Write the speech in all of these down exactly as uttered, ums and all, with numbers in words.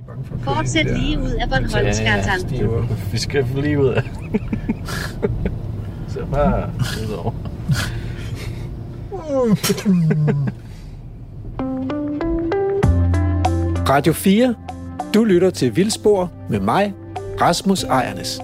Fortsæt lige ud af Bornholmsgatan. Ja, ja, vi skal lige ud af. Så bare udover. Radio fire. Du lytter til Vildspor med mig, Rasmus Ejernes.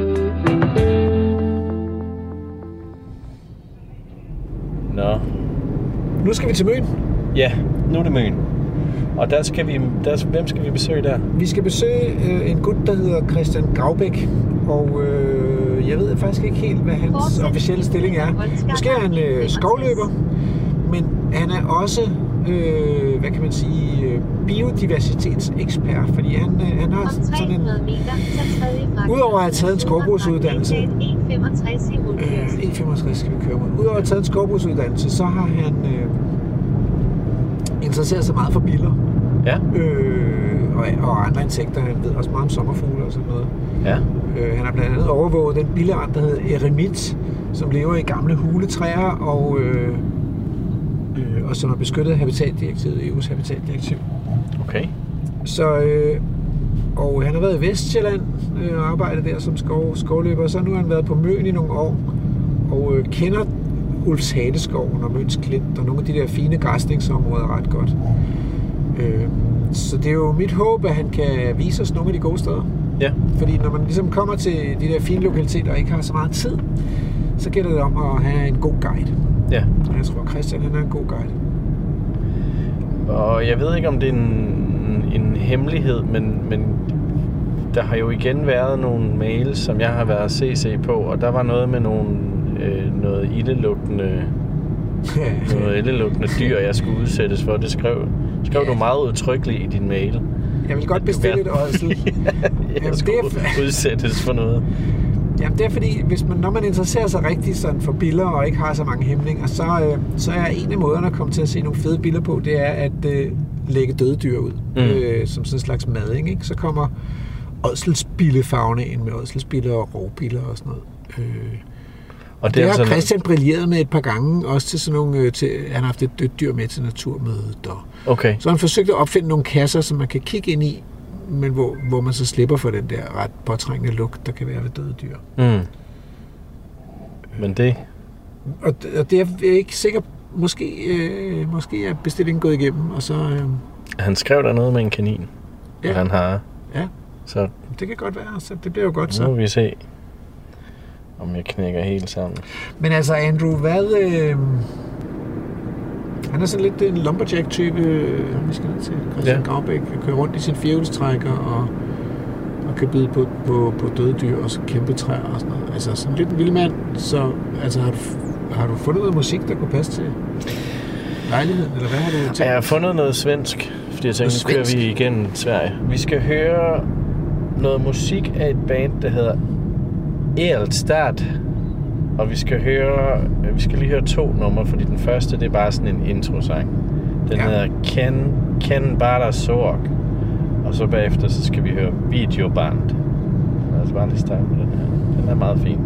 Nå. Nu skal vi til Møn. Ja, nu er det Møn. Og der skal vi, der, hvem skal vi besøge der? Vi skal besøge øh, en gut, der hedder Christian Graubæk. Og øh, jeg ved faktisk ikke helt, hvad hans officielle stilling er. Måske er han øh, skovløber, men han er også, øh, hvad kan man sige, øh, biodiversitetsekspert. Fordi han, øh, han har sådan en... Udover at have taget en skovbrugsuddannelse... Øh, en femogtres skal vi køre mod. Udover at have taget en skovbrugsuddannelse, så har han øh, interesseret sig meget for biller. Ja. Øh, og, og andre insekter. Han ved også meget om sommerfugle og sådan noget. Ja. Øh, han har blandt andet overvåget den billeart, der hedder eremit, som lever i gamle huletræer og, øh, øh, og som er beskyttet af habitatdirektivet, E U's habitatdirektiv. Okay. Så, øh, og han har været i Vestsjælland øh, og arbejdet der som skov, skovløber, så nu har han været på Møn i nogle år og øh, kender Ulfshadeskoven og Møns Klint og nogle af de der fine græsningsområder ret godt. Øh, så det er jo mit håb, at han kan vise os nogle af de gode steder. Ja. Fordi når man ligesom kommer til de der fine lokaliteter og ikke har så meget tid, så gælder det om at have en god guide. Ja. Og jeg tror, Christian han er en god guide. Og jeg ved ikke, om det er en, en hemmelighed, men, men der har jo igen været nogle mails, som jeg har været C C på, og der var noget med nogle, øh, noget ildelugtende, noget ildelugtende dyr, jeg skulle udsættes for. Det skrev, skrev ja. du meget udtrykkeligt i din mail. Jeg vil godt bestille et ådsel. Ja, jeg Jamen, skulle det er... udsættes for noget. Jamen det er fordi, hvis man, når man interesserer sig rigtig sådan for biller og ikke har så mange hæmninger, så, øh, så er en af måderne at komme til at se nogle fede biller på, det er at øh, lægge døde dyr ud, mm. øh, som sådan en slags mading, ikke? Så kommer ådselsbillefaunaen med ådselsbiller og rovbiller og sådan noget. Øh, og det, det har altså Christian brilleret med et par gange, også til sådan nogle, øh, til, han har haft et dødt dyr med til naturmødet. Og, okay. Så han forsøgte at opfinde nogle kasser, som man kan kigge ind i, men hvor, hvor man så slipper for den der ret påtrængende lugt, der kan være ved døde dyr. Mm. Men det... Og, og det er jeg ikke sikker, måske, øh, måske er bestillingen gået igennem, og så... Øh... Han skrev der noget med en kanin, ja. han har. Ja, så det kan godt være, så det bliver jo godt så. Nu må vi se, om jeg knækker helt sammen. Men altså, Andrew, hvad... Øh... Han er sådan lidt en lumberjack-type, vi skal ned til Christian ja. Graubæk, kan køre rundt i sin firehjulstrækker og, og kan bide på, på, på døde dyr og kæmpe træer og sådan noget. Altså sådan lidt en vild mand, så altså, har, du, har du fundet noget musik, der kunne passe til lejligheden, eller hvad har du tænkt? Jeg har fundet noget svensk, fordi jeg tænkte, nu kører vi igen Sverige. Vi skal høre noget musik af et band, der hedder Elstad. Og vi skal høre, vi skal lige høre to numre, fordi den første, det er bare sådan en introsang. Den ja. hedder Ken, Ken Bara Sorg. Og så bagefter, så skal vi høre Videoband. Lad os bare lige starte med den her. Den er meget fin.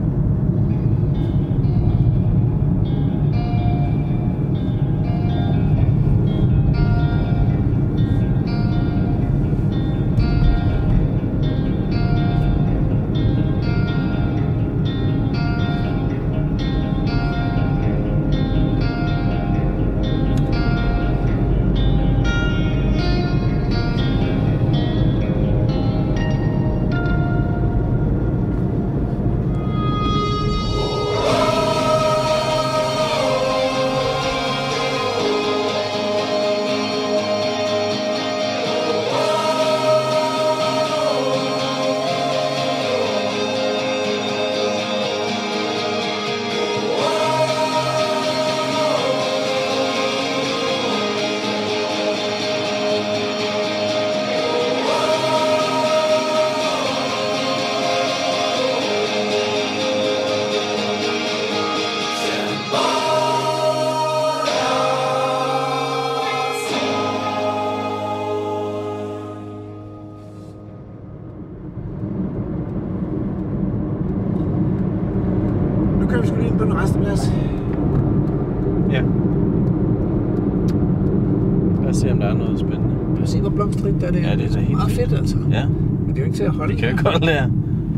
blomstrigt, der er det, ja, det er da helt meget fedt, altså. Ja. Men det er jo ikke til at holde. Det kan jo godt lære.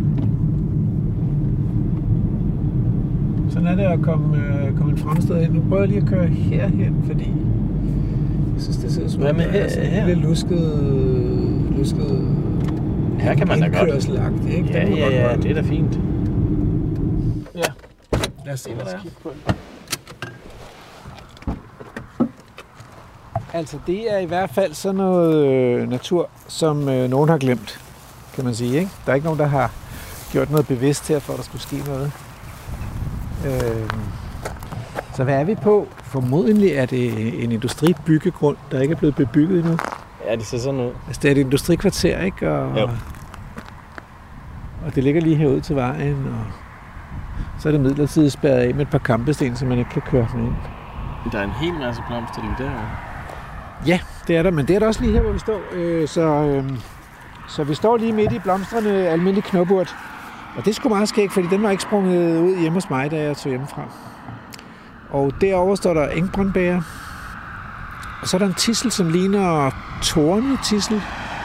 Sådan er det at komme, øh, komme et fremsted hen. Nu prøver jeg lige at køre herhen, fordi jeg synes, det ser som om, der er sådan en lille lusket, lusket her kan man da godt. Indkørselagtigt, ikke? Ja, ja, ja, det er da fint. Ja. Lad os se, hvad der er. Altså, det er i hvert fald sådan noget øh, natur, som øh, nogen har glemt, kan man sige, ikke? Der er ikke nogen, der har gjort noget bevidst her, for at der skulle ske noget. Øh, så hvad er vi på? Formodentlig er det en industribyggegrund, der ikke er blevet bebygget endnu. Ja, det ser sådan ud. Altså, det er et industrikvarter, ikke? Og, jo. Og det ligger lige herud til vejen, og så er det midlertidigt spærret af med et par kampesten, så man ikke kan køre sådan ind. Der er en hel masse blomster lige derovre. Ja, det er der, men det er der også lige her, hvor vi står. Øh, så, øh, så vi står lige midt i blomstrende almindelig knopurt. Og det er sgu meget skægt, fordi den var ikke sprunget ud hjemme hos mig, da jeg tog hjemmefra. Og derovre står der engbrøndbæger. Og så er der en tissel, som ligner tornetissel.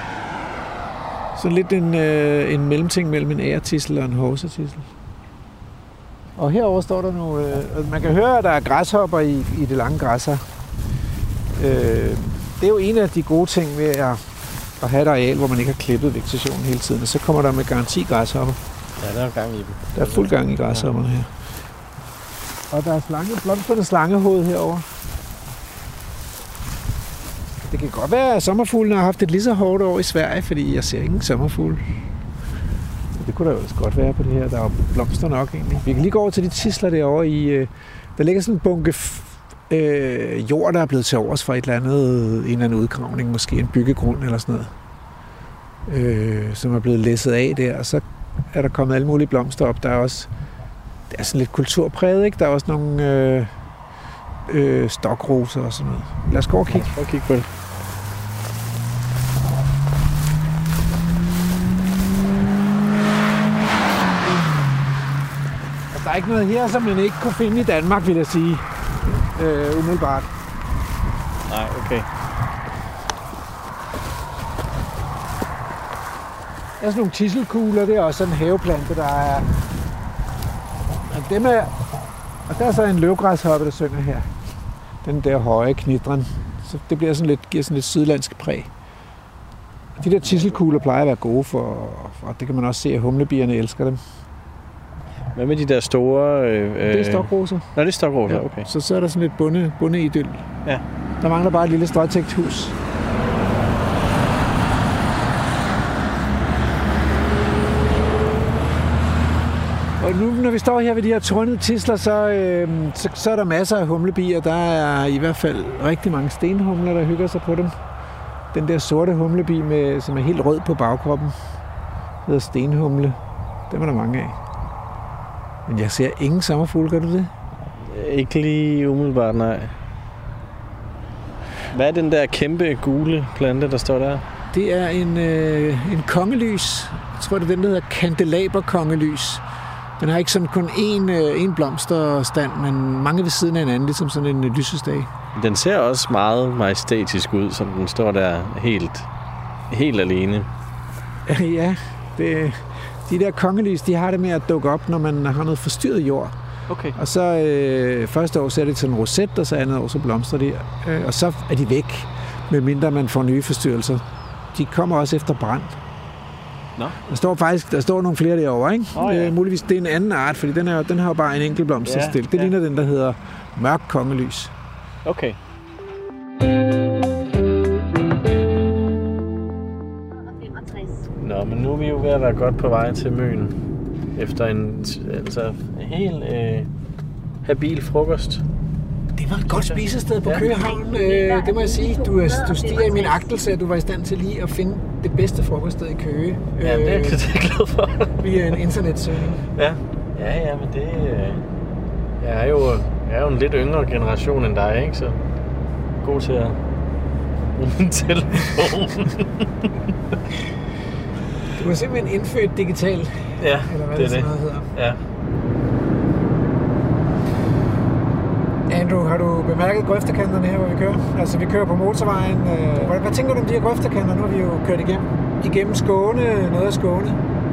Så lidt en, øh, en mellemting mellem en æretissel og en hovsetissel. Og herovre står der nu... Øh, man kan høre, at der er græshopper i, i det lange græsser. Øh, det er jo en af de gode ting ved at, at have et areal, hvor man ikke har klippet vegetationen hele tiden. Og så kommer der med garanti græshopper. Ja, der er gang i dem. Der er fuld gang i græshopperne her. Og der er slange, blomsterne slangehoved herovre. Det kan godt være, at sommerfuglene har haft et lige så hårdt år i Sverige, fordi jeg ser ingen sommerfugle. Det kunne der jo også godt være på det her. Der er blomster nok egentlig. Vi kan lige gå over til de tisler derovre i... Der ligger sådan en bunke øh, jord, der er blevet til overs fra et eller andet, en eller anden udgravning, måske en byggegrund eller sådan noget, øh, som er blevet læsset af der. Og så er der kommet alle mulige blomster op. Der er også... Det er sådan lidt kulturpræget, ikke? Der er også nogle øh, øh, stokroser og sådan noget. Lad os gå og kigge. Prøv at kigge på det. Der er ikke noget her, som man ikke kunne finde i Danmark, vil jeg sige. Øh, umiddelbart. Nej, okay. Der er sådan nogle tisselkugler, det er også sådan en haveplante, der er... Og, dem er... og der er så en løvgræshoppe, der synger her. Den der høje knitren. Så det bliver sådan lidt, giver sådan lidt sydlandsk præg. De der tisselkugler plejer at være gode for... Og det kan man også se, at humlebierne elsker dem. Hvad med de der store... Øh, det er stokroser. Nå, det er stokroser, ja, okay. Så, så er der sådan lidt bunde, bunde idyll. Ja. Der mangler bare et lille stråtægt hus. Og nu, når vi står her ved de her tornede tisler, så, øh, så, så er der masser af humlebier. Der er i hvert fald rigtig mange stenhumler, der hygger sig på dem. Den der sorte humlebi, med, som er helt rød på bagkroppen, hedder stenhumle. Dem er der mange af. Men jeg ser ingen sommerfugle, gør du det? Ikke lige umiddelbart, nej. Hvad er den der kæmpe gule plante, der står der? Det er en, øh, en kongelys. Jeg tror, det er den, der hedder kandelaberkongelys. Den har ikke sådan kun én, øh, én blomsterstand, men mange ved siden af hinanden, ligesom sådan en øh, lysestage. Den ser også meget majestætisk ud, som den står der helt, helt alene. Ja, det, de der kongelys, de har det med at dukke op, når man har noget forstyrret jord. Okay. Og så øh, første år så er det sådan en roset, og så andet år så blomstrer de. Øh, og så er de væk, medmindre man får nye forstyrrelser. De kommer også efter brand. Nå. Der står faktisk der står nogle flere derovre, ikke? Oh, ja. øh, muligvis det er en anden art, fordi den, er, den har jo bare en enkelt blomsterstil. Ja, det ja. ligner den, der hedder mørk kongelys. Okay. Nå, men nu er vi jo ved at være godt på vej til Møn. Efter en altså, helt øh, habil frokost. Det var et godt spisested på ja. Køge Havn. Øh, det må jeg sige. Du, du stiger i min agtelse, at du var i stand til lige at finde det bedste frokoststed i Køge. Ja, det er jeg glad for. Via en internetsøgning. Ja. Ja, ja, men det... Øh, jeg, er jo, jeg er jo en lidt yngre generation end dig, ikke? Så god til at bruge min telefon. Du er simpelthen indfødt digital. Ja, eller hvad det er det, det. hedder. Ja. Andrew, har du bemærket grøftekanterne her, hvor vi kører? Altså, vi kører på motorvejen. Øh, hvad, hvad tænker du om de her grøftekanter? Nu har vi jo kørt igennem. Igennem Skåne, noget af Skåne.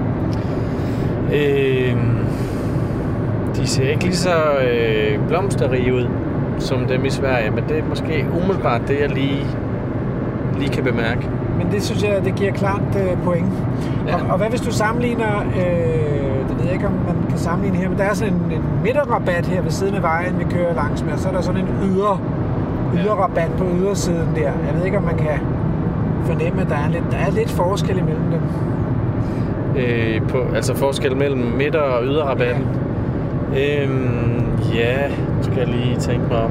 Øh, de ser ikke lige så øh, blomsterrige ud som dem i Sverige, men det er måske umiddelbart det, jeg lige, lige kan bemærke. Men det synes jeg, det giver klart øh, point. Ja. Og, og hvad hvis du sammenligner, øh, det ved jeg ikke, om man kan sammenligne her, men der er sådan en, en midterrabat her ved siden af vejen, vi kører langs med, og så er der sådan en yder, yderrabat på ydersiden der. Jeg ved ikke, om man kan fornemme, at der er lidt, der er lidt forskel imellem dem. Øh, på, altså forskel mellem midter- og yderrabatten? Ja. Øhm, ja, nu skal jeg lige tænke mig om.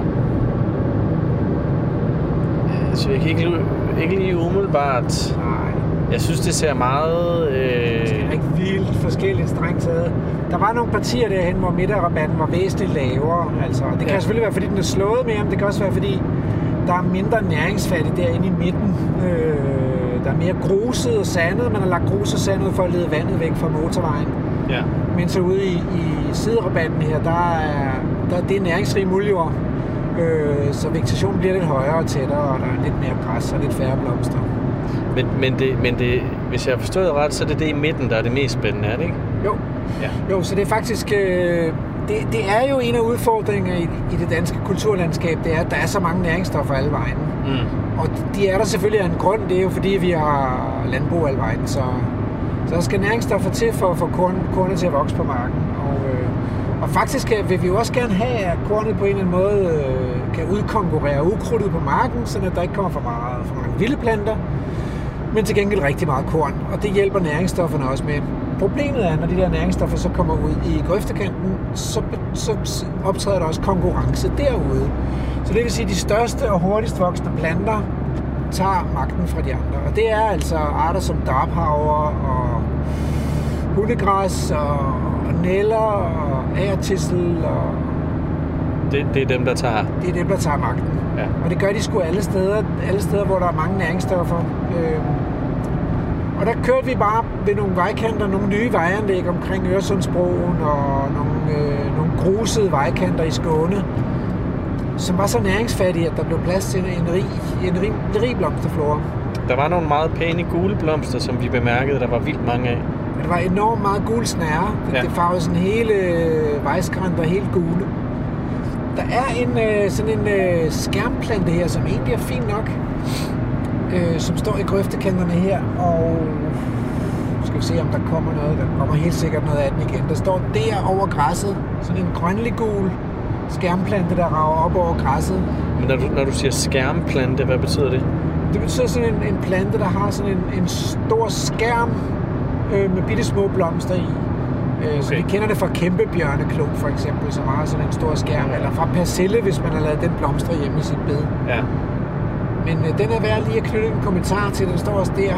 Altså, jeg kan ikke, ikke lige umiddelbart. Nej. Jeg synes, det ser meget... Øh... Det er ikke vildt forskelligt strengt taget. Der var nogle partier derhen, hvor midterrabatten var væsentligt lavere. Altså. Det kan ja. selvfølgelig være, fordi den er slået mere, men det kan også være, fordi der er mindre næringsfattigt derinde i midten. Øh, der er mere gruset og sandet. Man har lagt grus og sand ud for at lede vandet væk fra motorvejen. Ja. Men så ude i, i siderabatten her, der er, der, det er næringsrig muldjord. Øh, så vegetationen bliver lidt højere og tættere, og der er lidt mere græs og lidt færre blomster. Men, men, det, men det, hvis jeg har forstået ret, så er det det i midten, der er det mest spændende, er det ikke? Jo, ja. jo så det er faktisk... Øh, det, det er jo en af udfordringerne i, i det danske kulturlandskab, det er, at der er så mange næringsstoffer alle vejen. Mm. Og de er der selvfølgelig af en grund, det er jo fordi, vi har landbrug alle vejen, så, så der skal næringsstoffer til for at få korn, kornet til at vokse på marken. Og, øh, og faktisk vil vi jo også gerne have, at kornet på en eller anden måde øh, kan udkonkurrere ukrudtet på marken, så der ikke kommer for, meget, for mange vilde planter, men til gengæld rigtig meget korn, og det hjælper næringsstofferne også med. Problemet er, når de der næringsstoffer så kommer ud i grøftekanten, så, så optræder der også konkurrence derude. Så det vil sige, at de største og hurtigst voksende planter tager magten fra de andre. Og det er altså arter som darbhavre og hundegræs og, og næller og agertissel. Og det, det er dem, der tager? Det er dem, der tager magten. Ja. Og det gør de sgu alle steder, alle steder, hvor der er mange næringsstoffer. Øh, og der kørte vi bare ved nogle vejkanter, nogle nye vejanlæg omkring Øresundsbroen og nogle, øh, nogle grusede vejkanter i Skåne, som var så næringsfattige, at der blev plads til en rig, en rig, en rig blomsterflora. Der var nogle meget pæne gule blomster, som vi bemærkede, der var vildt mange af. Der var enormt meget gul snære. Det, ja. det farvede sådan hele vejskrænter helt gule. Der er en øh, sådan en øh, skærmplante her, som egentlig er fin nok, øh, som står i grøftekanterne her, og skal vi se, om der kommer noget. Der kommer helt sikkert noget af den igen. Der står der over græsset, sådan en grønlig-gul skærmplante, der rager op over græsset. Men når du, når du siger skærmplante, hvad betyder det? Det betyder sådan en, en plante, der har sådan en, en stor skærm øh, med bitte små blomster i. Okay. Så vi kender det fra kæmpebjørneklo for eksempel, som har sådan en stor skærm, eller fra persille, hvis man har lavet den blomstre hjemme i sit bed. Ja. Men øh, den er værd lige at knytte en kommentar til, den står også der.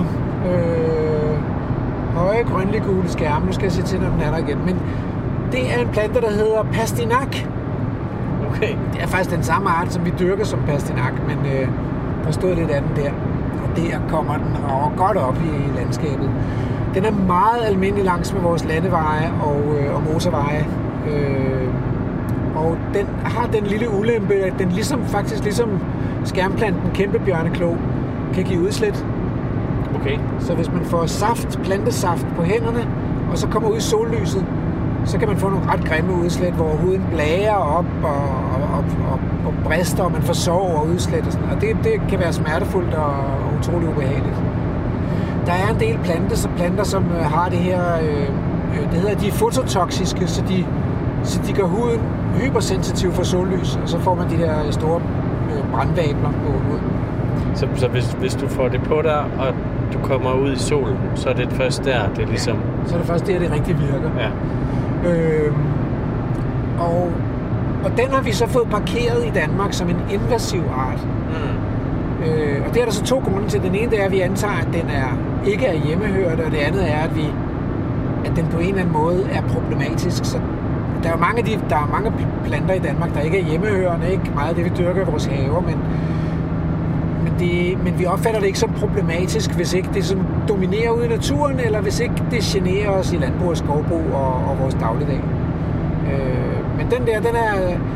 Øh, høje, grønlige, gule skærme. Nu skal jeg se til, når den er der igen. Men det er en plante, der hedder pastinak. Okay. Det er faktisk den samme art, som vi dyrker som pastinak, men øh, der stod lidt andet der. Og der kommer den rager godt op i landskabet. Den er meget almindelig langs med vores landeveje og, øh, og motorveje. Øh, og den har den lille ulempe, at den ligesom, faktisk ligesom skærmplanten kæmpebjørneklo kan give udslæt. Okay. Så hvis man får saft, plantesaft på hænderne, og så kommer ud i sollyset, så kan man få nogle ret grimme udslæt, hvor huden blærer op og, og, og, og, og brister, og man får sår og udslæt og sådan. Og det, det kan være smertefuldt og, og utroligt ubehageligt. Der er en del planter, som planter, som øh, har det her, øh, det hedder, de er fototoksiske, så de, så de gør huden hypersensitiv for sollys, og så får man de der store øh, brandvabler på huden. Så, så hvis, hvis du får det på dig, og du kommer ud i solen, så er det først der, det er ligesom... Ja, så er det først der, det rigtig virker. Ja. Øh, og, og den har vi så fået parkeret i Danmark som en invasiv art. Mm. Øh, og det er der så to grunde til. Den ene det er, at vi antager, at den er, ikke er hjemmehørende, og det andet er, at, vi, at den på en eller anden måde er problematisk. Så der er jo mange, af de, der er mange planter i Danmark, der ikke er hjemmehørende. Ikke meget af det, vi dyrker i vores haver, men, men, det, men vi opfatter det ikke som problematisk, hvis ikke det sådan dominerer ude i naturen, eller hvis ikke det generer os i landbrug og skovbrug og, og vores dagligdag. Øh, men den der, den er...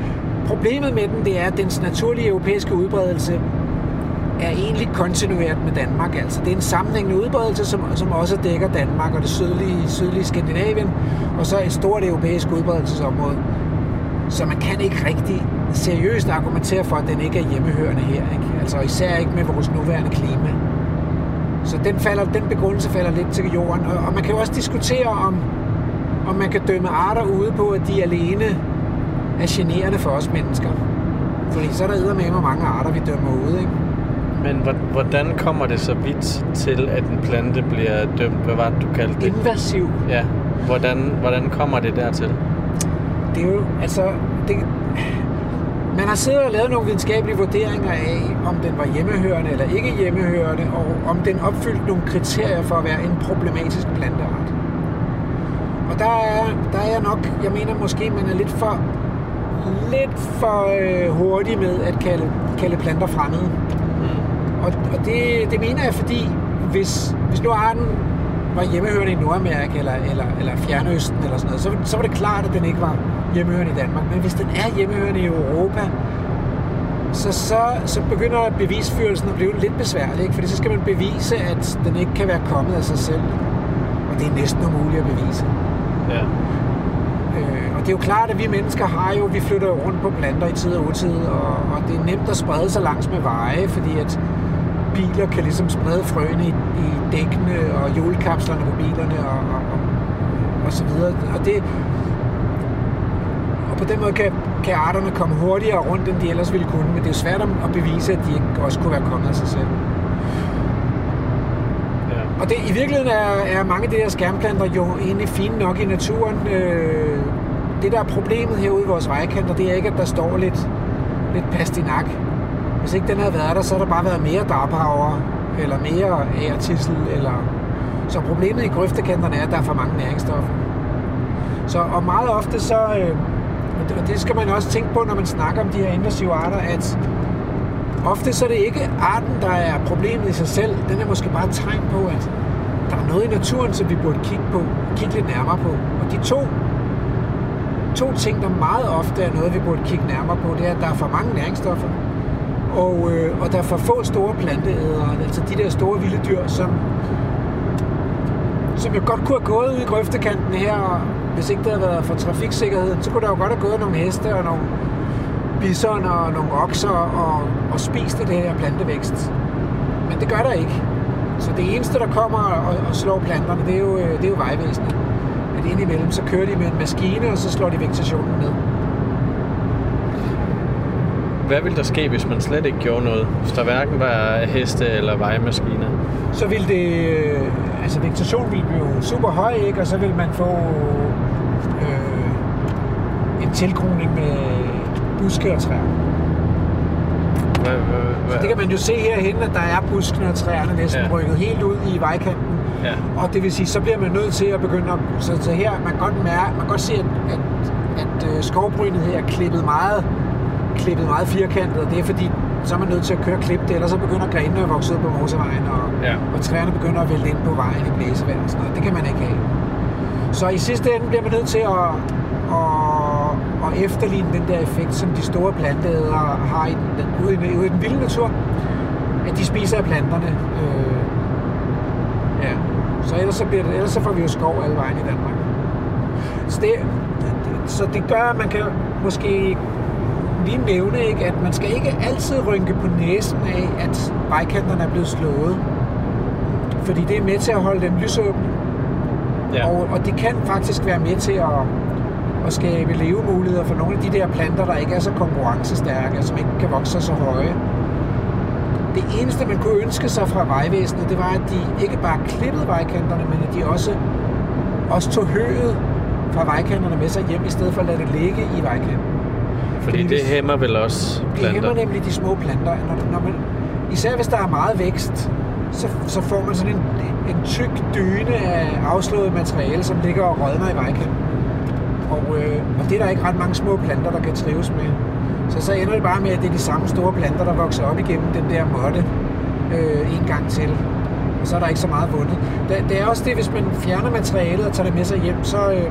problemet med den, det er, at dens naturlige europæiske udbredelse er egentlig kontinuert med Danmark. Altså, det er en sammenhængende udbredelse, som, som også dækker Danmark og det sydlige, sydlige Skandinavien, og så et stort europæisk udbredelsesområde. Så man kan ikke rigtig seriøst argumentere for, at den ikke er hjemmehørende her. Ikke? Altså især ikke med vores nuværende klima. Så den, falder, den begrundelse falder lidt til jorden. Og, og man kan jo også diskutere, om, om man kan dømme arter ude på, at de alene er generende for os mennesker. Fordi så er der eddermame med mange arter, vi dømmer ude. Ikke? Men hvordan kommer det så vidt til, at en plante bliver dømt? Hvad var det, du kaldte det? Invasiv. Ja. Hvordan, hvordan kommer det dertil? Det er jo, altså... Det, man har siddet og lavet nogle videnskabelige vurderinger af, om den var hjemmehørende eller ikke hjemmehørende, og om den opfyldte nogle kriterier for at være en problematisk planteart. Og der er, der er jeg nok, jeg mener måske, man er lidt for, lidt for øh, hurtig med at kalde, kalde planter fremmede. Mm. Og, og det, det mener jeg, fordi hvis, hvis nu arten var hjemmehørende i Nordamerika eller, eller, eller Fjernøsten eller sådan noget, så, så var det klart, at den ikke var hjemmehørende i Danmark. Men hvis den er hjemmehørende i Europa, så, så, så begynder bevisførelsen at blive lidt besværlig, ikke? Fordi så skal man bevise, at den ikke kan være kommet af sig selv. Og det er næsten umuligt at bevise. Ja. Øh, og det er jo klart, at vi mennesker har jo, vi flytter rundt på planter i tid og utid, og, og det er nemt at sprede sig langs med veje, fordi at biler kan ligesom sprede frøene i, i dækkene og hjulkapslerne på bilerne og, og, og, og så videre. Og det og på den måde kan, kan arterne komme hurtigere rundt, end de ellers ville kunne, men det er jo svært at bevise, at de ikke også kunne være kommet af sig selv. Ja. Og det, i virkeligheden er, er mange af de her skærmplanter jo egentlig fine nok i naturen. Øh, det, der er problemet herude i vores vejkanter, det er ikke, at der står lidt, lidt pastinak. Hvis ikke den havde været der, så har der bare været mere drabhavre, eller mere agertissel, eller... Så problemet i grøftekanterne er, at der er for mange næringsstoffer. Så, og meget ofte så... Øh, og det skal man også tænke på, når man snakker om de her invasive arter, at ofte så er det ikke arten, der er problemet i sig selv. Den er måske bare et tegn på, at der er noget i naturen, som vi burde kigge på, kigge lidt nærmere på. Og de to, to ting, der meget ofte er noget, vi burde kigge nærmere på, det er, at der er for mange næringsstoffer, og, øh, og der er for få store planteædere, altså de der store vilde dyr, som, som jo godt kunne have gået ud i grøftekanten her, og hvis ikke det havde været for trafiksikkerheden, så kunne der jo godt have gået nogle heste og nogle bisoner og nogle okser og, og spist det her plantevækst. Men det gør der ikke. Så det eneste, der kommer og, og slår planterne, det er jo, det er jo vejvæsenet. At indimellem, så kører de med en maskine, og så slår de vegetationen ned. Hvad ville der ske, hvis man slet ikke gjorde noget? Hvis der hverken var heste eller vejmaskiner? Så ville det... Altså, vegetationen ville blive super høj, ikke? Og så ville man få øh, en tilgroning med buske og træer. Hvad, hvad, hvad? Så det kan man jo se herhen, at der er buskene og træerne næsten ja. rykket helt ud i vejkanten. Ja. Og det vil sige, så bliver man nødt til at begynde at... Så, så her, man kan godt mærke, man kan godt se, at, at, at, at skovbrynet her er klippet meget, klippet meget firkantet, og det er fordi, så er man nødt til at køre og klippe det, ellers så begynder grenene at vokse ud på motorvejen, og, ja. og træerne begynder at vælte ind på vejen i blæsevejr og sådan noget. Det kan man ikke have. Så i sidste ende bliver man nødt til at, at, at efterligne den der effekt, som de store planteædere har i den, ude, i, ude i den vilde natur, at de spiser af planterne. Øh, ja. Så ellers, så bliver det, ellers så får vi jo skov alle vejen i Danmark. Så det, så det gør, at man kan måske lige nævne, ikke, at man skal ikke altid rynke på næsen af, at vejkanterne er blevet slået. Fordi det er med til at holde dem lysåbne. Ja. Og, og det kan faktisk være med til at, at skabe levemuligheder for nogle af de der planter, der ikke er så konkurrencestærke, som ikke kan vokse så høje. Det eneste, man kunne ønske sig fra vejvæsenet, det var, at de ikke bare klippede vejkanterne, men at de også, også tog høet fra vejkanterne med sig hjem, i stedet for at lade det ligge i vejkanten. Fordi, Fordi det hvis, hæmmer vel også planter? Det hæmmer nemlig de små planter. Når, når man, især hvis der er meget vækst, så, så får man sådan en, en tyk dyne af afslået materiale, som ligger og rådner i vejkanten. Og, øh, og det er der ikke ret mange små planter, der kan trives med. Så så ender det bare med, at det er de samme store planter, der vokser op igennem den der måtte øh, en gang til. Og så er der ikke så meget vundet. Det, det er også det, hvis man fjerner materialet og tager det med sig hjem, så, øh,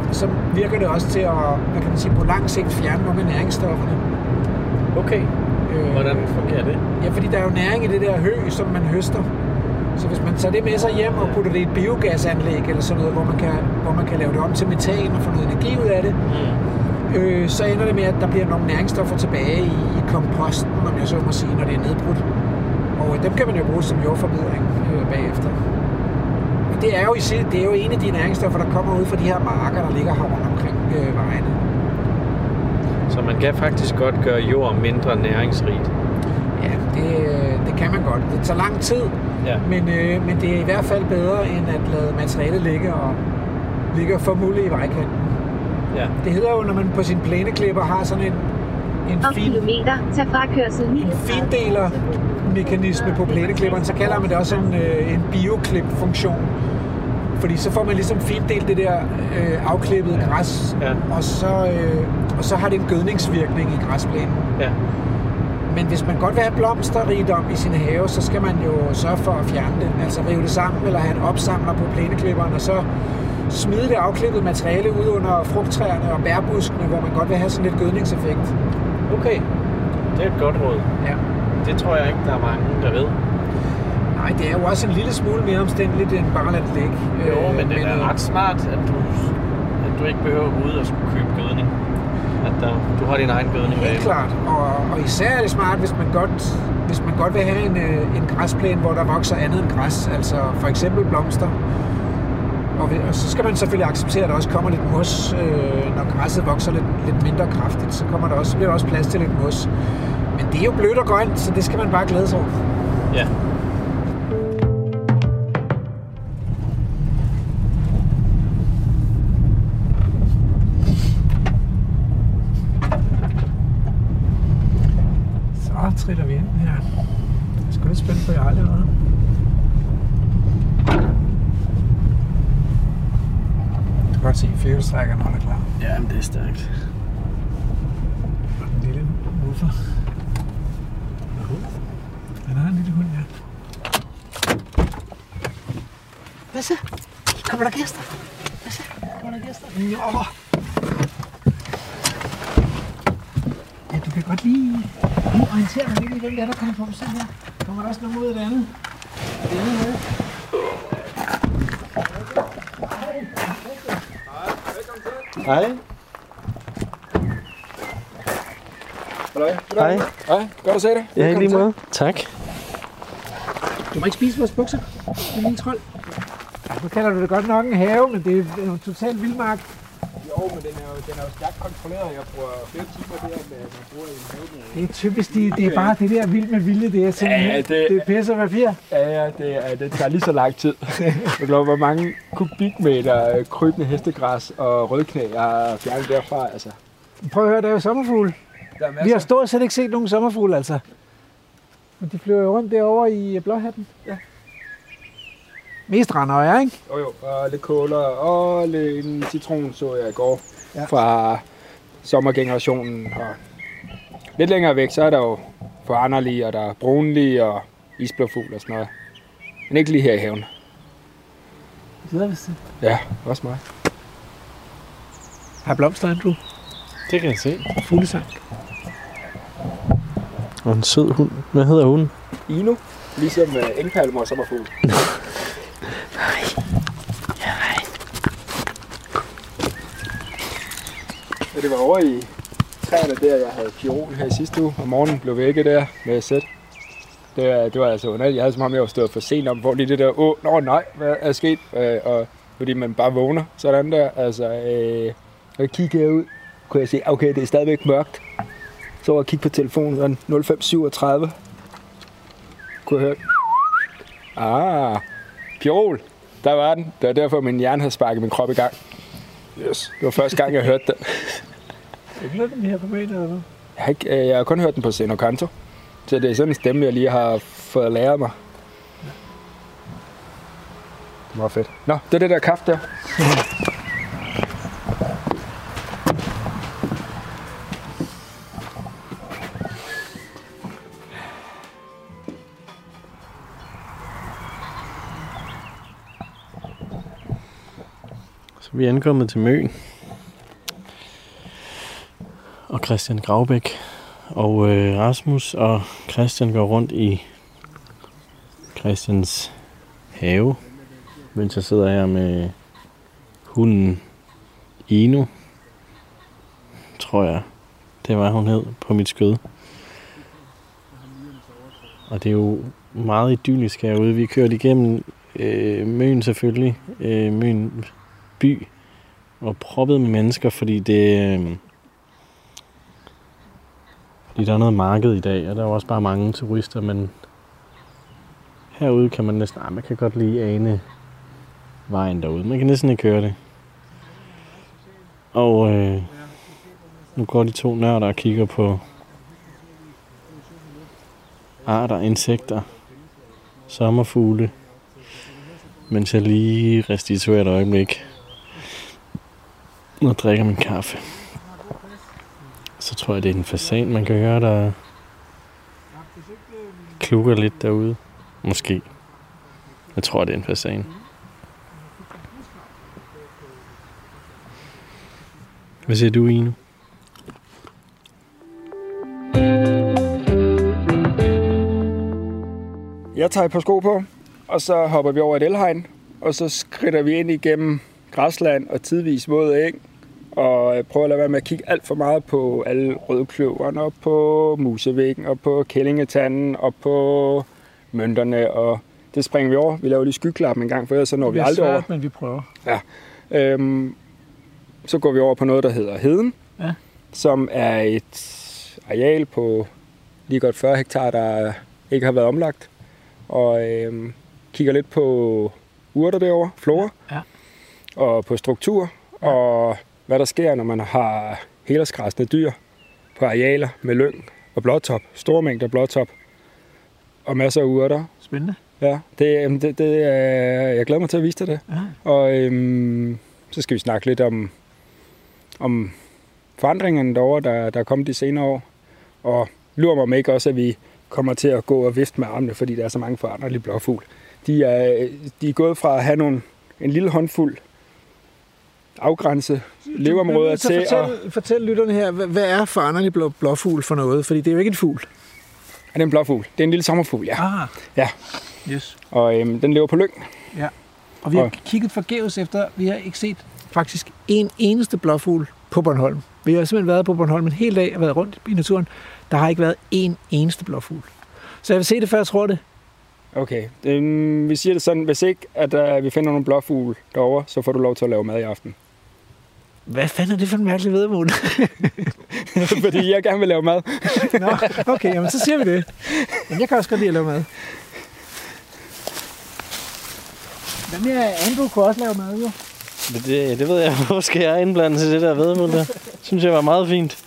så virker det også til at, hvad kan man sige, på lang sigt fjerne nogle af næringsstofferne. Okay. Øh, Hvordan fungerer det? Ja, fordi der er jo næring i det der hø, som man høster. Så hvis man tager det med sig hjem og putter det i et biogasanlæg eller sådan noget, hvor man kan, hvor man kan lave det om til metan og få noget energi ud af det, mm. øh, så ender det med, at der bliver nogle næringsstoffer tilbage i, i komposten, om jeg så må sige, når det er nedbrudt. Og dem kan man jo bruge som jordforbedring øh, bagefter. Og det er, jo i, det er jo en af de næringsstoffer, der kommer ud fra de her marker, der ligger her rundt omkring øh, vejene. Så man kan faktisk godt gøre jord mindre næringsrigt? Ja, det, det kan man godt. Det tager lang tid, ja. men, øh, men det er i hvert fald bedre, end at lade materialet ligge og, ligge og formulde i vejkanten. Ja. Det hedder jo, når man på sin plæneklipper har sådan en, en fin, tag frakørsel en findelermekanisme på plæneklipperen, så kalder man det også en, øh, en bioklip-funktion. Fordi så får man ligesom findelt det der øh, afklippede græs, ja. og, så, øh, og så har det en gødningsvirkning i græsplænen. Ja. Men hvis man godt vil have blomsterrigdom i sin have, så skal man jo sørge for at fjerne det. Altså rive det sammen, eller have en opsamler på plæneklipperen, og så smide det afklippede materiale ud under frugttræerne og bærbuskene, hvor man godt vil have sådan lidt gødningseffekt. Okay, det er et godt råd. Ja. Det tror jeg ikke, der er mange, der ved. Nej, det er jo også en lille smule mere omstændeligt end bare at lade det ligge. Jo, men det er ret smart, at du, at du ikke behøver at gå ud og skulle købe gødning. At der, du har din egen gødning. Helt klart, og, og især er det smart, hvis man godt, hvis man godt vil have en, en græsplæne, hvor der vokser andet end græs, altså for eksempel blomster. Og, og så skal man selvfølgelig acceptere, at der også kommer lidt mos, øh, når græsset vokser lidt, lidt mindre kraftigt, så, kommer der også, så bliver der også plads til lidt mos. Men det er jo blødt og grønt, så det skal man bare glæde sig over. Ja. Så triller vi ind her. Jeg er sgu lidt spændt på, at jeg aldrig har været. Du kan godt se, at firehjulstrækkeren holder klar. Ja, men det er stærkt. Og den lille woofer. Den har en lille hund, ja. Hvad så? Kommer der gæster? Hvad så? Kommer der gæster? Jo. Ja, du kan godt lige, lige orientere dig lidt i, hvem der er, der kommer på besøg her. Kommer der også nogen ud af det andet? Det andet med. Hej. Hej. Hej. Hej. Godt at se dig. Ja, i lige måde. Tak. Du må ikke spise vores bukser. Det er lille trold. Nu kalder du det godt nok en have, men det er jo totalt vildmark. Jo, men den er jo, den er jo stærkt kontrolleret. Jeg bruger flere timer der, med at man bruger i en have. Det er typisk, det, det er bare det der vild med vilje. Det er simpelthen, ja, det, det er pisse og papir. Ja, ja, det, er, det tager lige så lang tid. Jeg glad, hvor mange kubikmeter krybende hestegræs og rødknæ, jeg har fjernet derfra. Altså. Prøv at høre, der er jo sommerfugle. Vi har stort set ikke set nogen sommerfugle, altså. Men de flyver jo rundt derovre i blåhatten. Ja. Mest randøjer, ikke? Jo jo, og lidt kåler og lidt en citron så jeg i går, ja. Fra sommergenerationen. Og lidt længere væk, så er der jo foranderlige, og der er brunlige og isblåfugl og sådan noget. Men ikke lige her i haven. Det er vist det. Ja, også mig. Har blomster, Andrew? Det kan jeg se. Fuglesang. Og en sød hund. Hvad hedder hunden? Ino. Ligesom uh, engpalmer og sommerfugl. Hej. Ja, hej. Ja, det var over i træerne der, jeg havde pirol her i sidste uge. Om morgenen blev vækket der med sæt. Det, det var altså underligt. Jeg havde som om, jeg var stået for sent om, hvor lige det der, åh, nå nej, hvad er sket? Øh, og fordi man bare vågner sådan der. Altså, øh, og kiggede ud, kunne jeg se, okay, det er stadigvæk mørkt. Så var jeg kigge på telefonen, den nul fem syvogtredive. Kunne jeg høre, ah, pirol, der var den. Det var derfor, min hjerne havde sparket min krop i gang. Yes. Det var første gang, jeg hørte den. Har du hørt den her på mediet, eller hvad? Jeg har, ikke, jeg har kun hørt den på Seno Canto. Så det er sådan en stemme, jeg lige har fået lært mig. Ja. Det var fedt. Nå, det er det der kaffe der. Så vi er ankommet til Møn. Christian Graubæk og øh, Rasmus og Christian går rundt i Christians have, mens jeg sidder her med hunden Ino, tror jeg, det var hun hed, på mit skød. Og det er jo meget idyllisk herude. Vi kørte igennem øh, Møn selvfølgelig, øh, Møn by, og proppet med mennesker, fordi det øh, fordi der er noget marked i dag, og der er også bare mange turister, men herude kan man næsten, nej, man kan godt lige ane vejen derude. Man kan næsten ikke høre det. Og øh, nu går de to nørder og kigger på arter, insekter, sommerfugle, mens jeg lige restituerer et øjeblik og drikker min kaffe. Så tror jeg, det er en fasan, man kan høre, der klukker lidt derude. Måske. Jeg tror, det er en fasan. Hvad siger du, Ino? Jeg tager et par sko på, og så hopper vi over et elhegn, og så skridter vi ind igennem græsland og tidvis våd eng, og prøver at lade være med at kigge alt for meget på alle rødkløverne, og på musevæggen, og på kællingetanden, og på mønterne, og det springer vi over. Vi laver lige skyklappen en gang, for ellers så når vi aldrig svært, over. Men vi prøver. Ja. Øhm, så går vi over på noget, der hedder Heden, ja. Som er et areal på lige godt fyrre hektar, der ikke har været omlagt, og øhm, kigger lidt på urter derovre, flora, ja. Og på struktur, ja. Og hvad der sker, når man har helårsgræssende dyr på arealer med lyng og blåtop, store mængder blåtop, og masser af urter. Spændende. Ja, det, det, det er, jeg glæder mig til at vise dig det. Ja. Og øhm, så skal vi snakke lidt om, om forandringerne derovre, der, der er kommet de senere år. Og lurer mig om ikke også, at vi kommer til at gå og vifte med armene, fordi der er så mange forandrede blåfugl. De er, de er gået fra at have nogle, en lille håndfuld afgrænse leveområder til fortæl, at... Fortæl lytterne her, hvad er foranderlig blå, blåfugl for noget? Fordi det er jo ikke en fugl. Ja, det er en blåfugl. Det er en lille sommerfugl, ja. Ah, ja. Yes. Og øhm, den lever på lyng. Ja. Og vi har og... kigget forgæves efter, vi har ikke set faktisk en eneste blåfugl på Bornholm. Vi har simpelthen været på Bornholm en hel dag og været rundt i naturen. Der har ikke været en eneste blåfugl. Så jeg vil se det, før jeg tror det. Okay. Øhm, vi siger det sådan, hvis ikke at uh, vi finder nogle blåfugle derovre, så får du lov til at lave mad i aften. Hvad fanden er det for en mærkelig væddemål? Fordi jeg gerne vil lave mad. Nå, okay, jamen så siger vi det. Men jeg kan også godt lide at lave mad. Hvad med Andrew kunne også lave mad, jo? Det, det ved jeg. Hvor skal jeg indblande til det der væddemål der? Synes jeg var meget fint.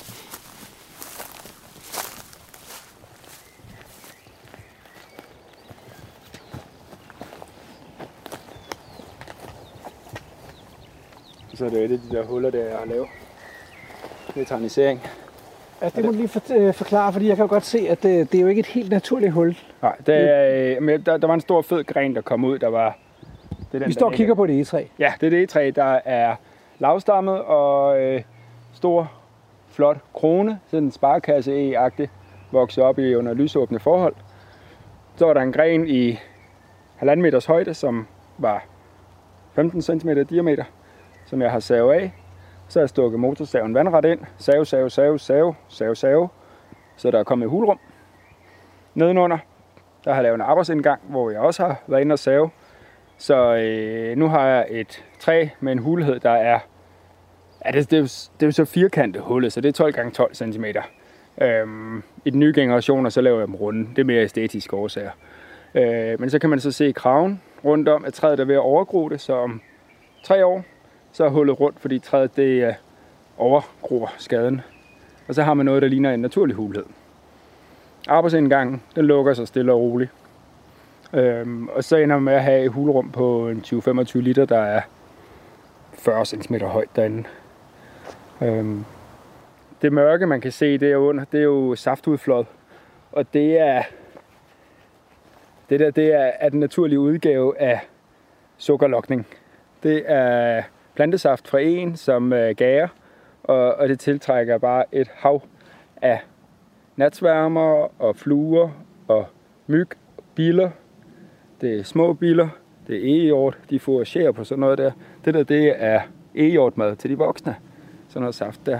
Så er det et af de der huller, der jeg har lavet. Det er tarnisering. Ja, det må du lige for, forklare, fordi jeg kan jo godt se, at det, det er jo ikke et helt naturligt hul. Nej, det er, men der, der var en stor fed gren, der kom ud, der var... Det er den, vi står og kigger på det egetræ. Ja, det er det egetræ, der er lavstammet og øh, stor, flot krone, sådan en sparekasse-e-agtig, vokset op i under lysåbne forhold. Så var der en gren i halvanden meters højde, som var femten centimeter diameter, som jeg har savet af. Så har jeg stukket motorsaven vandret ind, save, save, save, save, save, save, så der er kommet et hulrum. Nedenunder, der har jeg lavet en arbejdsindgang, hvor jeg også har været inde og save. Så øh, nu har jeg et træ med en hulhed, der er, ja, det, det, er jo, det er jo så firkantet hullet, så det er tolv gange tolv centimeter. Øhm, I den nye generation, så laver jeg dem runde. Det er mere æstetiske årsager. Øh, men så kan man så se kraven rundt om, at træet er ved at overgro det, så om tre år, så er hullet rundt, fordi træet det øh, overgror skaden. Og så har man noget, der ligner en naturlig hulhed. Arbejdsindgangen, den lukker sig stille og roligt. Øhm, og så ender man med at have et hulrum på en tyve til femogtyve liter, der er fyrre centimeter højt derinde. Øhm, det mørke, man kan se derunder, det er jo saftudflåd. Og det er, det der, det er, er den naturlige udgave af sukkerlokning. Det er plantesaft fra en, som er gærer, og, og det tiltrækker bare et hav af natsværmer og fluer og myg, biller. Det er små biller, det er egehjort, de fouragerer på sådan noget der. Det der, det er egehjortmad til de voksne. Sådan noget saft der.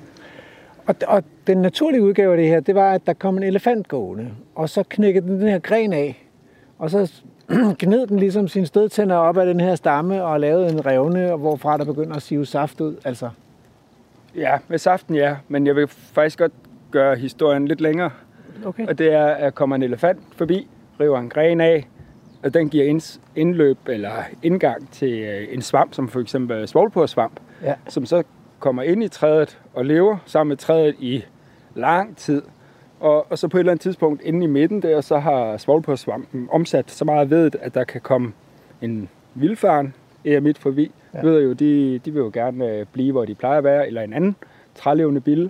Og, og den naturlige udgave af det her, det var, at der kom en elefant gående, og så knækkede den den her gren af, og så gned den ligesom sine stødtænder op af den her stamme og lavede en revne, hvorfra der begynder at sive saft ud, altså. Ja, med saften ja, men jeg vil faktisk godt gøre historien lidt længere. Okay. Og det er, at kommer en elefant forbi, river en gren af, og den giver indløb eller indgang til en svamp, som for eksempel svovlpurresvamp, ja. Som så kommer ind i træet og lever sammen med træet i lang tid. Og, og så på et eller andet tidspunkt inde i midten der, så har svovlpurresvampen omsat så meget ved, at der kan komme en vildfaren er midt forbi. Ja. Ved jo, de, de vil jo gerne blive, hvor de plejer at være, eller en anden trælevende bille.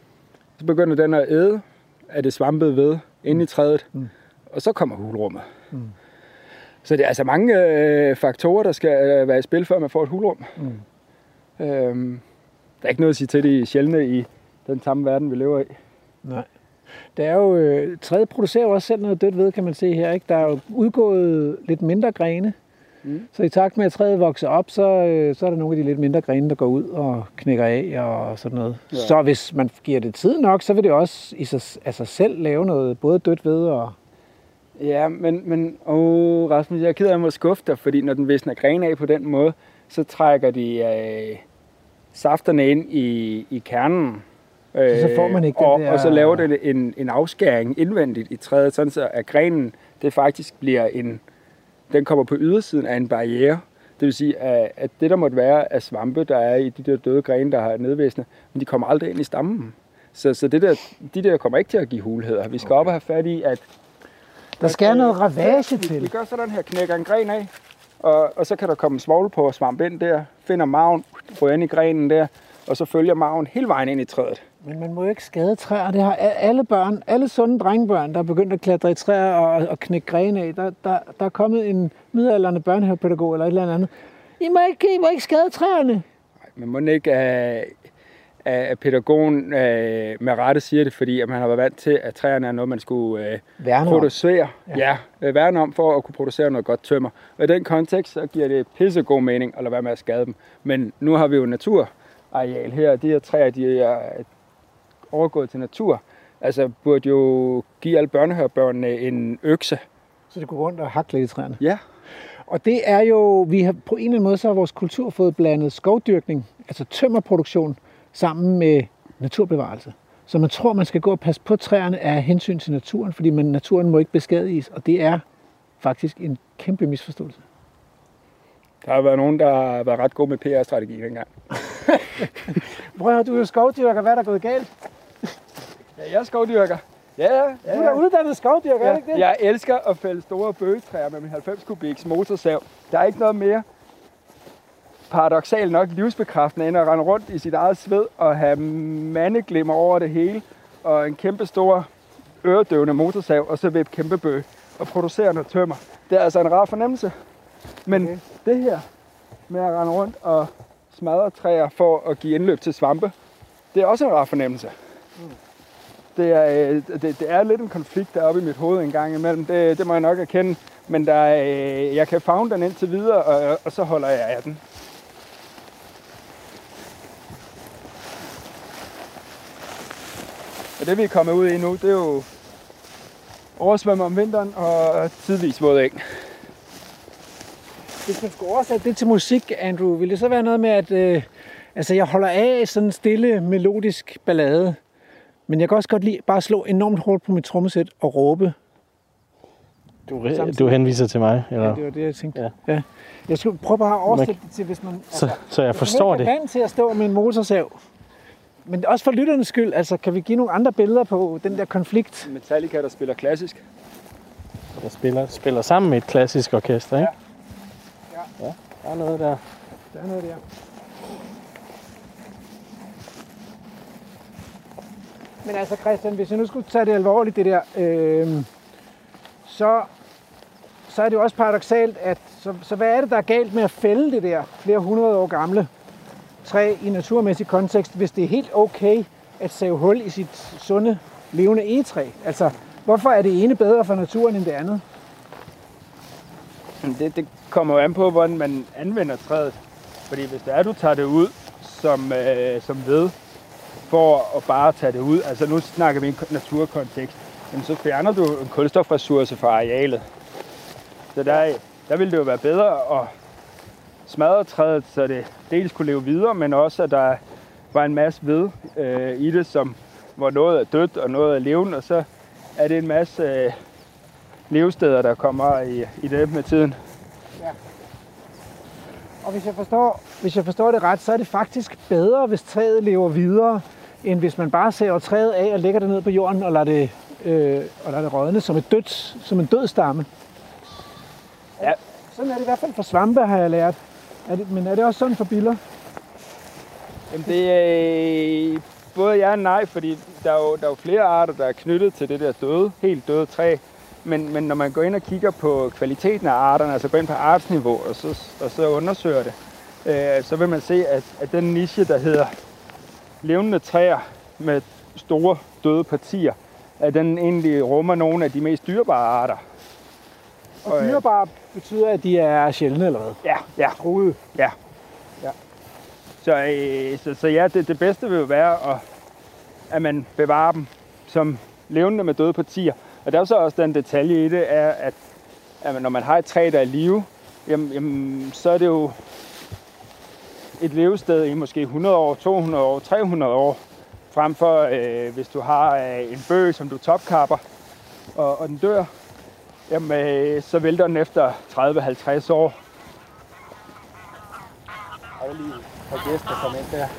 Så begynder den at æde af det svampede ved inde i træet, mm. og så kommer hulrummet. Mm. Så det er altså mange øh, faktorer, der skal øh, være i spil, før man får et hulrum. Mm. Øhm, der er ikke noget at sige til det sjældne i den samme verden, vi lever i. Nej. Det er jo, øh, træet producerer jo også selv noget dødt ved, kan man se her. Ikke? Der er jo udgået lidt mindre grene. Mm. Så i takt med, at træet vokser op, så, øh, så er der nogle af de lidt mindre grene, der går ud og knækker af og sådan noget. Ja. Så hvis man giver det tid nok, så vil det også i sig, af sig selv lave noget både dødt ved og... Ja, men, men åh, Rasmus, jeg er ked af mig at skuffe dig, fordi når den visner grene af på den måde, så trækker de øh, safterne ind i, i kernen. Så, så får man ikke og, den der... og så laver det en, en afskæring indvendigt i træet, sådan så at grenen, det faktisk bliver en... Den kommer på ydersiden af en barriere. Det vil sige, at, at det, der måtte være af svampe, der er i de der døde grene, der har nedvæsnet, men de kommer aldrig ind i stammen. Så, så det der, de der kommer ikke til at give hulheder. Vi skal okay. op og have fat i, at... Der skal at, noget ravage vi, til. Vi gør sådan her, knækker en gren af, og, og så kan der komme svovlpurresvamp ind der, finder maven, ryger ind i grenen der, og så følger maven hele vejen ind i træet. Men man må jo ikke skade træer. Det har alle børn, alle sunde drengebørn, der er begyndt at klatre i træer og, og knække grene af. Der, der, der er kommet en midaldrende børnehavepædagog eller et eller andet. I må ikke, I må ikke skade træerne. Nej, men må ikke, at, at pædagogen med rette siger det, fordi at man har været vant til, at træerne er noget, man skulle uh, producere. Ja. Ja, værne om for at kunne producere noget godt tømmer. Og i den kontekst, så giver det pissegod mening at lade være med at skade dem. Men nu har vi jo naturareal her. De her træer, de er overgået til natur. Altså burde jo give alle børnehavebørnene en økse. Så det går rundt og hakle i træerne? Ja. Og det er jo, vi har på en eller anden måde, så har vores kultur fået blandet skovdyrkning, altså tømmerproduktion, sammen med naturbevarelse. Så man tror, man skal gå og passe på træerne af hensyn til naturen, fordi man, naturen må ikke beskadiges, og det er faktisk en kæmpe misforståelse. Der har været nogen, der har været ret gode med P R-strategi dengang. Prøv at du er jo skovdyrker. Hvad er der gået galt? Ja, jeg er skovdyrker. Ja, ja. Du er uddannet skovdyrker, ja. Er det ikke det? Jeg elsker at fælde store bøgetræer med min halvfems kubiks motorsav. Der er ikke noget mere paradoksalt nok livsbekræftende end at rende rundt i sit eget sved og have mandeglimmer over det hele og en kæmpe stor øredøvende motorsav og så vippe kæmpe bøge og producere noget tømmer. Det er altså en rar fornemmelse. Men okay. Det her med at rende rundt og smadre træer for at give indløb til svampe, det er også en rar fornemmelse. Mm. Det, er, det, det er lidt en konflikt deroppe i mit hoved en gang imellem, det, det må jeg nok erkende, men der er, jeg kan favne den indtil videre, og, og så holder jeg af den. Og det vi er kommet ud i nu, det er jo oversvømme om vinteren og tidvis våd eng. Hvis man skulle oversætte det til musik, Andrew, ville det så være noget med, at øh, altså jeg holder af sådan en stille, melodisk ballade, men jeg kan også godt lide bare at slå enormt hårdt på mit trommesæt og råbe. Du, du henviser til mig? Eller? Ja, det var det, jeg tænkte. Ja. Ja. Jeg skulle prøve bare at oversætte det til, hvis man... Altså, så, så jeg forstår det. Jeg er vant til at stå med en motorsav. Men også for lytternes skyld, altså kan vi give nogle andre billeder på den der konflikt? Metallica, der spiller klassisk. Der spiller, spiller sammen med et klassisk orkester, ikke? Ja. Ja, der er noget der. Der er noget der. Men altså Christian, hvis jeg nu skulle tage det alvorligt, det der, øh, så, så er det jo også paradoksalt, at så, så hvad er det, der er galt med at fælde det der flere hundrede år gamle træ i naturmæssig kontekst, hvis det er helt okay at save hul i sit sunde, levende egetræ? Altså, hvorfor er det ene bedre for naturen end det andet? Det, det kommer jo an på, hvordan man anvender træet. Fordi hvis det er, du tager det ud som, øh, som ved, for at bare tage det ud, altså nu snakker vi i en naturkontekst, jamen så fjerner du en kulstofressource fra arealet. Så der, der ville det jo være bedre at smadre træet, så det dels kunne leve videre, men også at der var en masse ved øh, i det, som, hvor noget er dødt og noget er levende, og så er det en masse øh, levesteder, der kommer i, i det med tiden. Ja. Og hvis jeg, forstår, hvis jeg forstår det ret, så er det faktisk bedre, hvis træet lever videre, end hvis man bare saver træet af og lægger det ned på jorden og lader det, øh, og lader det rådne som, et dødt, som en død stamme. Ja. Sådan er det i hvert fald for svampe, har jeg lært. Er det, men er det også sådan for biller? Jamen det er både ja og nej, fordi der er, jo, der er jo flere arter, der er knyttet til det der døde, helt døde træ. Men, men når man går ind og kigger på kvaliteten af arterne, altså går ind på artsniveau og så, og så undersøger det, øh, så vil man se, at, at den niche, der hedder levende træer med store døde partier, at den egentlig rummer nogle af de mest dyrebare arter. Og dyrebare betyder, at de er sjældne, eller hvad? Ja, ja. Truede. Ja. ja. Så, øh, så, så ja, det, det bedste vil jo være, at, at man bevarer dem som levende med døde partier. Og der er så også den detalje i det, er, at, at når man har et træ, der er i live, jamen, jamen, så er det jo et levested i måske hundrede år, to hundrede år, tre hundrede år, frem for øh, hvis du har øh, en bøg, som du topkapper, og, og den dør, jamen, øh, så vælter den efter tredive til halvtreds år. Jeg vil lige have gæster komme ind der.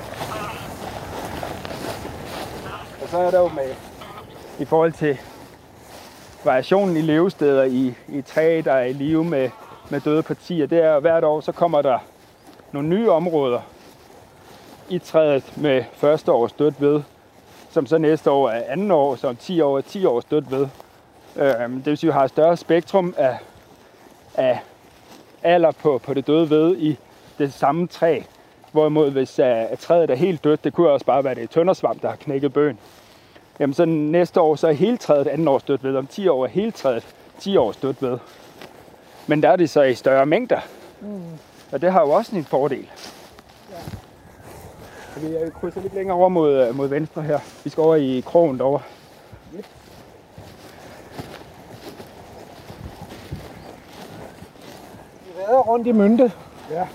Og så er der jo med, i forhold til variationen i levesteder i, i træ, der er i live med, med døde partier, det er, at hvert år så kommer der nogle nye områder i træet med første års dødt ved, som så næste år er anden år, så om ti år er ti års dødt ved. Det vil sige, at vi har et større spektrum af, af alder på, på det døde ved i det samme træ. Hvorimod hvis at træet er helt dødt, det kunne også bare være det tøndersvamp, der har knækket bøgen. Jamen så næste år så er hele træet anden års dødt ved, om ti år er hele træet ti års dødt ved. Men der er det så i større mængder. Mm. Og det har jo også en fordel. Ja. Vi krydser lidt længere over mod, mod venstre her. Vi skal over i krogen derovre. Yep. Vi vader rundt i Mynte. Ja.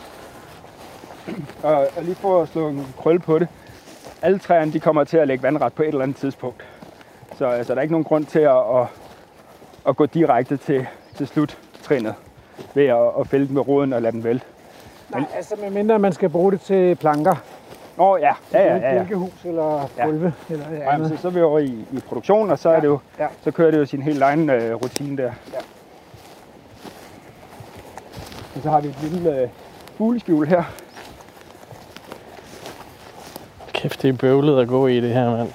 Og, og lige for at slå en krølle på det. Alle træerne de kommer til at lægge vandret på et eller andet tidspunkt. Så altså, der er ikke nogen grund til at, at, at gå direkte til, til sluttrinnet ved at, at fælde den med roden og lade den vælte. Nej, Men, altså medmindre man skal bruge det til planker. Åh oh, ja, ja, ja, ja. Bjælkehus eller gulve ja. eller andet. Jamen, så, så er vi over i, i produktion, og så, ja. er det jo, ja. så kører det jo sin helt egen øh, rutine der. Ja. Og så har vi et lille øh, fugleskjul her. Kæft, det er bøvlet at gå i det her, mand.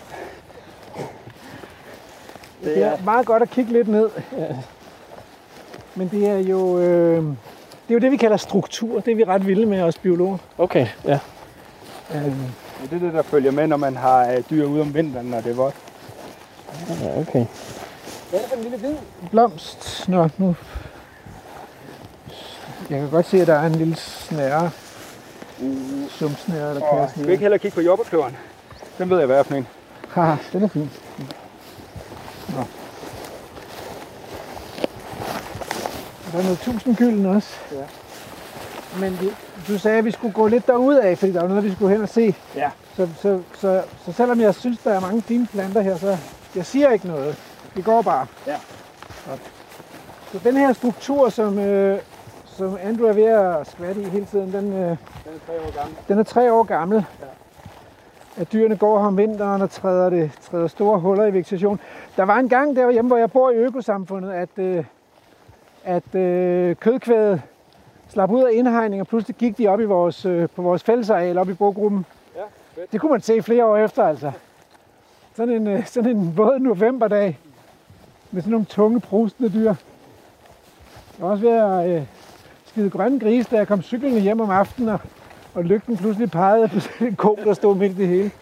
Det er meget godt at kigge lidt ned. Ja. Men det er jo øh, det er jo det, vi kalder struktur. Det er vi ret vilde med os biologer. Okay, ja. Øh, det er det, der følger med, når man har øh, dyr ude om vinteren, når det er vådt. Ja, okay. Hvad er det for en lille hvid blomst? Nå, nu... Jeg kan godt se, at der er en lille snære. Uh, Sumsnære eller kæresnære. Vi vil ikke heller kigge på jordbærkløveren. Den ved jeg, hvad er for en. Haha, den er fin. Nå. Der er noget tusindgylden også. Ja. Men du sagde, at vi skulle gå lidt derud af, fordi der var noget, vi skulle hen og se. Ja. Så, så, så, så selvom jeg synes, der er mange fine planter her, så jeg siger ikke noget. Vi går bare. Ja. Så, så den her struktur, som, øh, som Andrew er ved at skvatte i hele tiden, den, øh, den er tre år gammel. Den er tre år gammel. Ja. At dyrene går her om vinteren og træder, det, træder store huller i vegetation. Der var en gang der hjemme, hvor jeg bor i økosamfundet, at, øh, at øh, kødkvædet slap ud af indhegning, og pludselig gik de op i vores, øh, på vores fællesareal, op i bogruppen. Ja, fedt. Det kunne man se flere år efter, altså. Sådan en, øh, sådan en våd novemberdag med sådan nogle tunge, prustende dyr. Jeg var også ved at øh, skide grønne grise, da jeg kom cyklende hjem om aftenen, og, Og lygten pludselig pegede på en ko, der stod midt i det hele.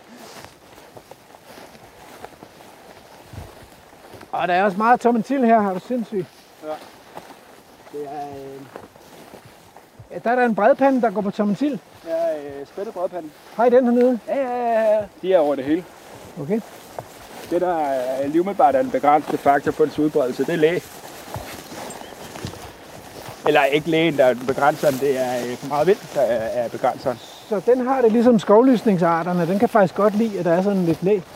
Og der er også meget tomentil her, har du sindssygt. Ja. Det er... Øh... Ja, der er der en bredpande, der går på tomentil. Ja, øh, spættet bredpande. Har I den hernede? Ja, ja, ja. De er over det hele. Okay. Det, der er lige umiddelbart er en begrænsende faktor for dens udbredelse, det er læge. Eller ikke lægen, der er begrænseren, det er for meget vind, der er begrænseren. Så den har det ligesom skovlysningsarterne, den kan faktisk godt lide, at der er sådan lidt læ.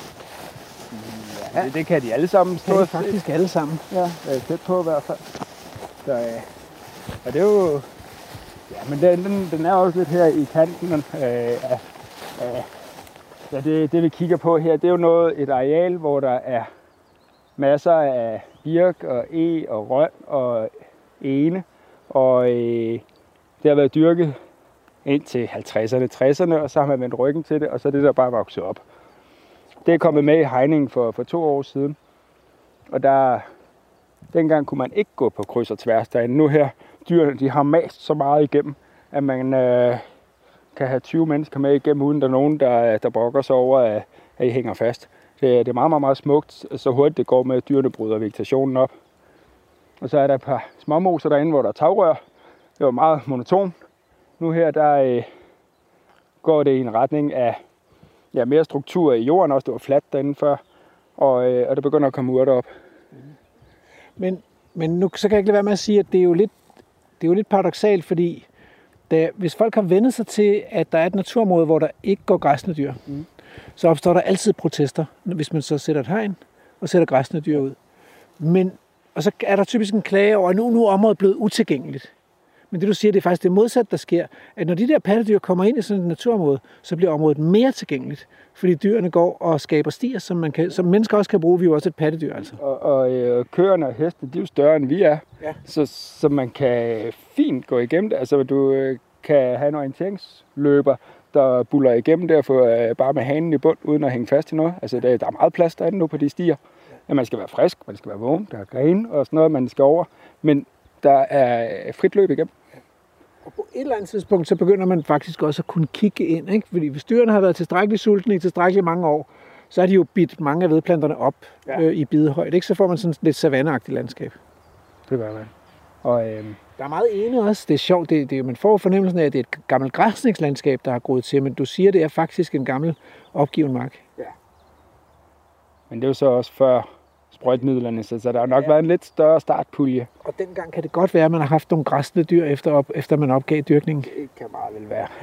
Ja, det, det kan de alle sammen. Det kan de faktisk alle sammen. Ja, tæt på i hvert fald. Så, øh, og det er jo... Ja, men den, den, den er også lidt her i kanten øh, af... af ja, det, det vi kigger på her, det er jo noget, et areal, hvor der er masser af birk og eg og røn og ene. Og øh, det har været dyrket indtil halvtredserne, tresserne, og så har man vendt ryggen til det, og så er det der bare vokset op. Det er kommet med i hegningen for, for to år siden. Og der, dengang kunne man ikke gå på kryds og tværs derinde. Nu her, dyrene de har mast så meget igennem, at man øh, kan have tyve mennesker med igennem, uden der er nogen, der, der brokker sig over, at, at I hænger fast. Det, det er meget, meget, meget smukt, så hurtigt det går med, at dyrene bryder vegetationen op. Og så er der et par småmoser derinde, hvor der er tagrør. Det var meget monoton. Nu her, der øh, går det i en retning af ja, mere struktur i jorden også. Det var fladt derinde før, og, øh, og der begynder at komme urter op. Men, men nu så kan jeg ikke lade være med at sige, at det er jo lidt, det er jo lidt paradoksalt, fordi da, hvis folk har vendt sig til, at der er et naturområde, hvor der ikke går græsne dyr, mm. så opstår der altid protester, hvis man så sætter et hegn og sætter græsne dyr ud. Men, og så er der typisk en klage over, at nu, nu er området blevet utilgængeligt. Men det du siger, det er faktisk det modsatte, der sker. At når de der pattedyr kommer ind i sådan et naturområde, så bliver området mere tilgængeligt. Fordi dyrene går og skaber stier, som, man kan, som mennesker også kan bruge. Vi er jo også et pattedyr, altså. Og, og øh, køerne og hestene, de er jo større, end vi er. Ja. Så, så man kan fint gå igennem det. Altså, du øh, kan have en orienteringsløber, der buller igennem der for, øh, bare med hanen i bund, uden at hænge fast i noget. Altså, der, der er meget plads derinde nu på de stier. Ja, man skal være frisk, man skal være vågen, der er grene og sådan noget, man skal over. Men der er frit løb igennem. Og på et eller andet tidspunkt, så begynder man faktisk også at kunne kigge ind, ikke? Fordi hvis dyrene har været tilstrækkeligt sultne i tilstrækkeligt mange år, så er de jo bidt mange af vedplanterne op ja. øh, i bidehøjde, ikke? Så får man sådan lidt savanneagtigt landskab. Det gør man. Og, øh... der er meget ene også. Det er sjovt. Det, det, man får fornemmelsen af, at det er et gammelt græsningslandskab, der har groet til, men du siger, at det er faktisk en gammel opgiven mark. Ja. Men det er jo så også før sprøjtemidlerne, så, så der har nok ja. været en lidt større startpulje. Og dengang kan det godt være, at man har haft nogle græsne dyr, efter, op, efter man opgav dyrkningen. Det kan meget vel være.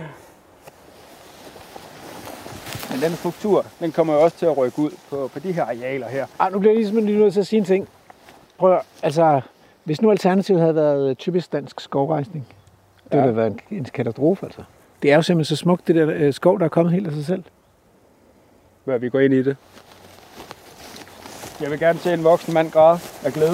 Men den struktur, den kommer jo også til at rykke ud på, på de her arealer her. Ej, nu bliver jeg ligesom lige nødt til at sige en ting. Prøv at, altså, hvis nu alternativet havde været typisk dansk skovrejsning, det ville ja. have været en, en katastrofe, altså. Det er jo simpelthen så smukt, det der øh, skov, der er kommet helt af sig selv. Hvad vi går ind i det? Jeg vil gerne se en voksen mand græde af glæde.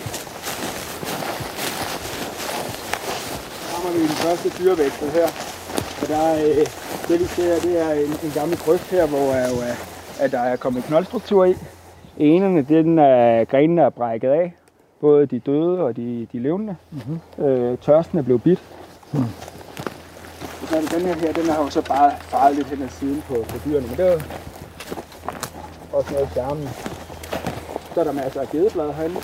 Så har vi den første dyrevæksel her. Og der er, øh, det vi ser, det er en, en gammel grøft her, hvor er, jo, at der er kommet knoldstruktur i. Enerne, den er, grenene er brækket af. Både de døde og de, de levende. Mm-hmm. Øh, tørsten er blevet bidt. Mm. Så er den her, her, den har jo så bare faret lidt hen ad siden på, på dyrene. Men det er jo også noget charmen. Så er der masser af gedeblade herinde.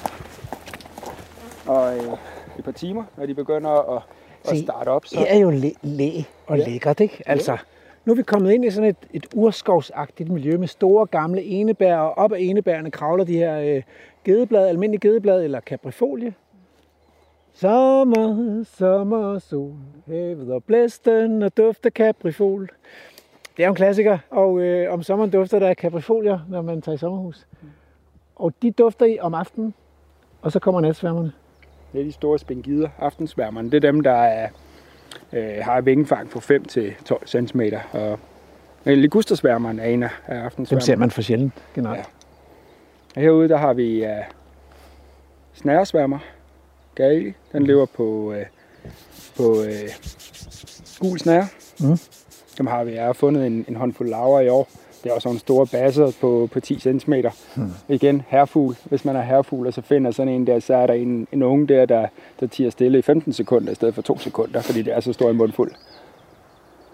Og øh, et par timer, når de begynder at, at starte op. Så... Det er jo læ, læ og ja. lækkert, ikke? Altså, ja. Nu er vi kommet ind i sådan et, et urskovsagtigt miljø med store gamle enebær, og op ad enebærene kravler de her øh, gedeblade, almindelige gedeblade eller kaprifolie. Sommer, sommer, sol, havet og blæsten og dufter kaprifol. Det er jo en klassiker, og øh, om sommeren dufter der af kaprifolier, når man tager i sommerhus. Og de dufter i om aftenen, og så kommer natsværmerne. Det er de store spengider, aftensværmerne. Det er dem, der er, øh, har vingefang på fem til tolv centimeter. Og ligustersværmeren er en af aftensværmerne. Dem ser man for sjældent generelt. Ja. Og herude der har vi uh, snæresværmer. Gali, den lever på, øh, på øh, gul snære. Mm. Dem har vi. Jeg har fundet en, en håndfuld laver i år. Det er også nogle store basser på, på ti centimeter. Hmm. Igen, herfugl. Hvis man er herfugl, og så finder sådan en der, så er der en, en unge der, der, der tiger stille i femten sekunder, i stedet for to sekunder, fordi det er så stor en mundfuld.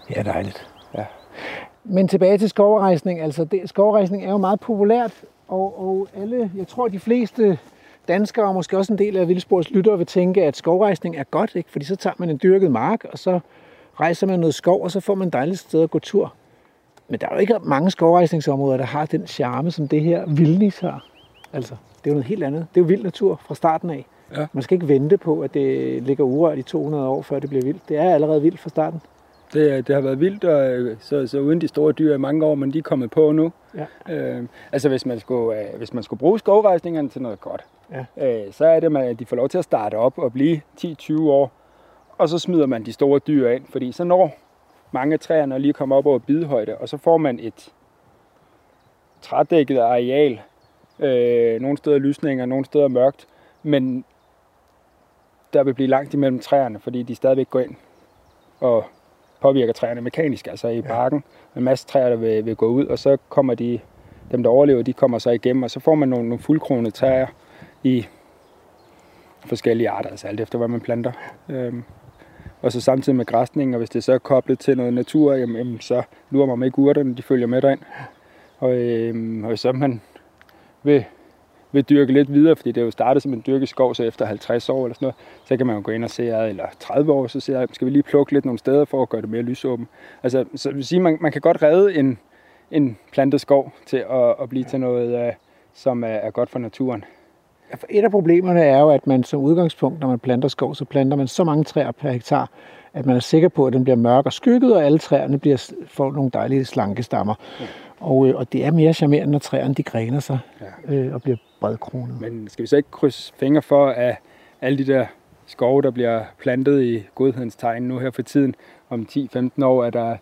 Ja, dejligt. Ja. Men tilbage til skovrejsning. Altså, det, skovrejsning er jo meget populært, og, og alle, jeg tror, de fleste danskere, og måske også en del af Vildsporets lyttere, vil tænke, at skovrejsning er godt, ikke? Fordi så tager man en dyrket mark, og så rejser man noget skov, og så får man et dejligt sted at gå tur. Men der er jo ikke mange skovrejsningsområder, der har den charme, som det her Vildnis har. Altså, det er jo noget helt andet. Det er jo vild natur fra starten af. Ja. Man skal ikke vente på, at det ligger urørt i to hundrede år, før det bliver vildt. Det er allerede vildt fra starten. Det, det har været vildt, og så, så uden de store dyr i mange år, men de er kommet på nu. Ja. Øh, altså hvis man, skulle, øh, hvis man skulle bruge skovrejsningerne til noget godt, ja. øh, så er det, at de får lov til at starte op og blive ti til tyve år, og så smider man de store dyr ind, fordi så når mange træerne lige kommer op over bidehøjde, og så får man et trædækket areal, øh, nogle steder lysninger, nogle steder mørkt, men der vil blive langt imellem træerne, fordi de stadigvæk går ind og påvirker træerne mekanisk, altså i barken. En masse træer, der vil, vil gå ud, og så kommer de, dem der overlever, de kommer så igennem, og så får man nogle, nogle fuldkronede træer i forskellige arter, altså alt efter hvad man planter. Øhm, og så samtidig med græsning, og hvis det så er koblet til noget natur, jamen, jamen, så lurer man ikke urterne, de følger med derind. Og, øhm, og så man vil, vil dyrke lidt videre, fordi det er jo startet som en dyrkeskov, så efter halvtreds år eller sådan noget, så kan man jo gå ind og se, eller tredive år, så siger jeg, skal vi lige plukke lidt nogle steder for at gøre det mere lysåben. Altså, så vil sige, man, man kan godt redde en, en plantet skov til at, at blive til noget, uh, som er, er godt for naturen. Et af problemerne er jo, at man som udgangspunkt, når man planter skov, så planter man så mange træer per hektar, at man er sikker på, at den bliver mørk og skygget, og alle træerne bliver, får nogle dejlige slanke stammer. Ja. Og, og det er mere charmerende, når træerne de grener sig ja. øh, og bliver bredkronet. Men skal vi så ikke krydse fingre for, at alle de der skove, der bliver plantet i godhedens tegn nu her for tiden, om ti til femten år, at der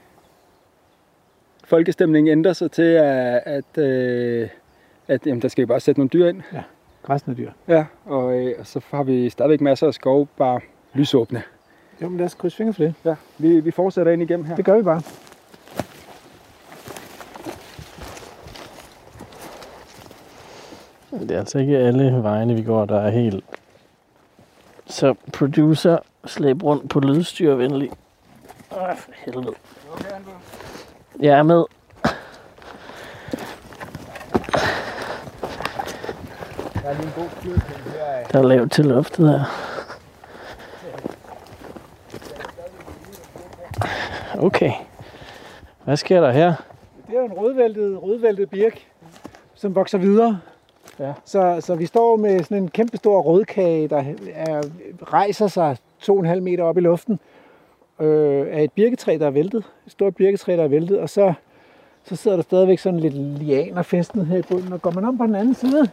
folkestemningen ændrer sig til, at, at, øh, at jamen, der skal vi bare sætte nogle dyr ind. Ja, græsne dyr. Ja, og, øh, og så har vi stadigvæk masser af skove, bare lysåbne. Jo, men lad os krydse fingre for det. Ja, vi, vi fortsætter ind igennem her. Det gør vi bare. Det er altså ikke alle vejene, vi går, der er helt... Så producer, slæb rundt på lydstyrvenlig. Åh, for helvede. Okay, Andrew. Jeg er med. Der er lige en god flyvning her. Der er lavt til loftet her. Okay. Hvad sker der her? Det er jo en rødvæltet, rødvæltet birk, som vokser videre. Ja. Så, så vi står med sådan en kæmpe stor rødkage, der er, rejser sig to komma fem meter op i luften øh, af et birketræ, der er væltet. Et stort birketræ, der er væltet, og så, så sidder der stadigvæk sådan lidt lianer fæstnet her i bunden. Og går man om på den anden side,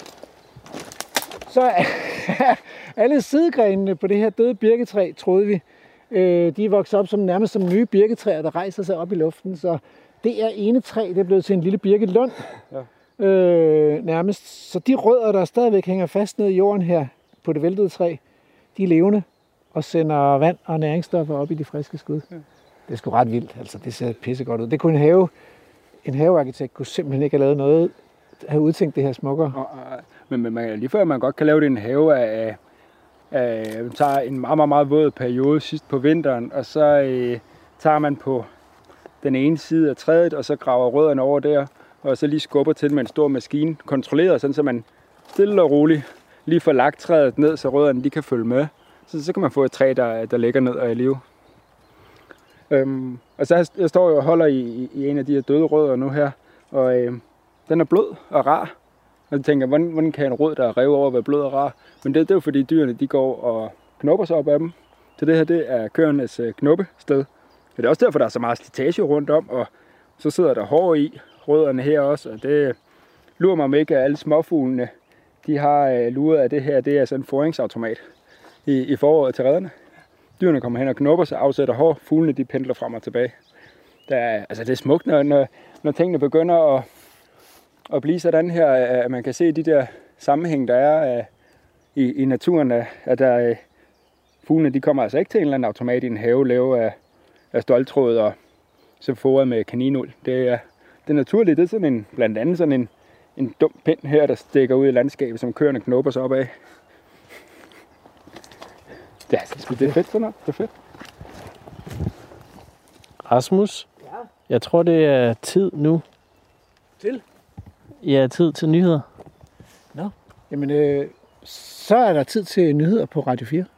så er alle sidegrenene på det her døde birketræ, troede vi, øh, de er vokset op som nærmest som nye birketræer, der rejser sig op i luften. Så det er ene træ, det er blevet til en lille birkelund. Ja. Øh, nærmest. Så de rødder, der stadigvæk hænger fast ned i jorden her på det væltede træ, de er levende og sender vand og næringsstoffer op i de friske skud. Ja. Det er sgu ret vildt, altså det ser pisse godt ud. Det kunne en have, en havearkitekt kunne simpelthen ikke have lavet noget, have udtænkt det her smukkere. Og, og, men, men man, lige før man godt kan lave det en have af, af man tager en meget, meget, meget våd periode sidst på vinteren, og så øh, tager man på den ene side af træet, og så graver rødderne over der, og så lige skubber til med en stor maskine, kontrolleret, sådan så man stille og roligt lige får lagt træet ned, så rødderne de kan følge med. Så, så kan man få et træ, der, der ligger ned og er i live. Øhm, og så jeg står jo og holder i, i en af de her døde rødder nu her, og øh, den er blød og rar. Og jeg tænker, hvordan, hvordan kan en rød, der er revet over, være blød og rar? Men det, det er jo fordi dyrene de går og knopper sig op af dem. Så det her det er køernes øh, knoppested. Og det er også derfor, der er så meget slitage rundt om, og så sidder der hår i rødderne her også, og det lurer mig om ikke, at alle småfuglene, de har øh, luret af det her. Det er sådan en foringsautomat i, i foråret til redderne. Dyrene kommer hen og knopper sig, afsætter hår, fuglene de pendler frem og tilbage. Der er, altså det er smukt, når, når, når tingene begynder at, at blive sådan her, at man kan se de der sammenhæng, der er uh, i, i naturen, at der, uh, fuglene de kommer altså ikke til en eller anden automat i en have, lavet af, af stoltråd og så foret med kaninuld. Det er, det er naturligt, det er sådan en, blandt andet sådan en, en dum pind her, der stikker ud i landskabet, som køerne knopper sig op af. Ja, det er fedt sådan noget. Det er fedt. Rasmus, Ja. jeg tror, det er tid nu. Til? Ja, tid til nyheder. Nå. Jamen, øh, så er der tid til nyheder på Radio fire.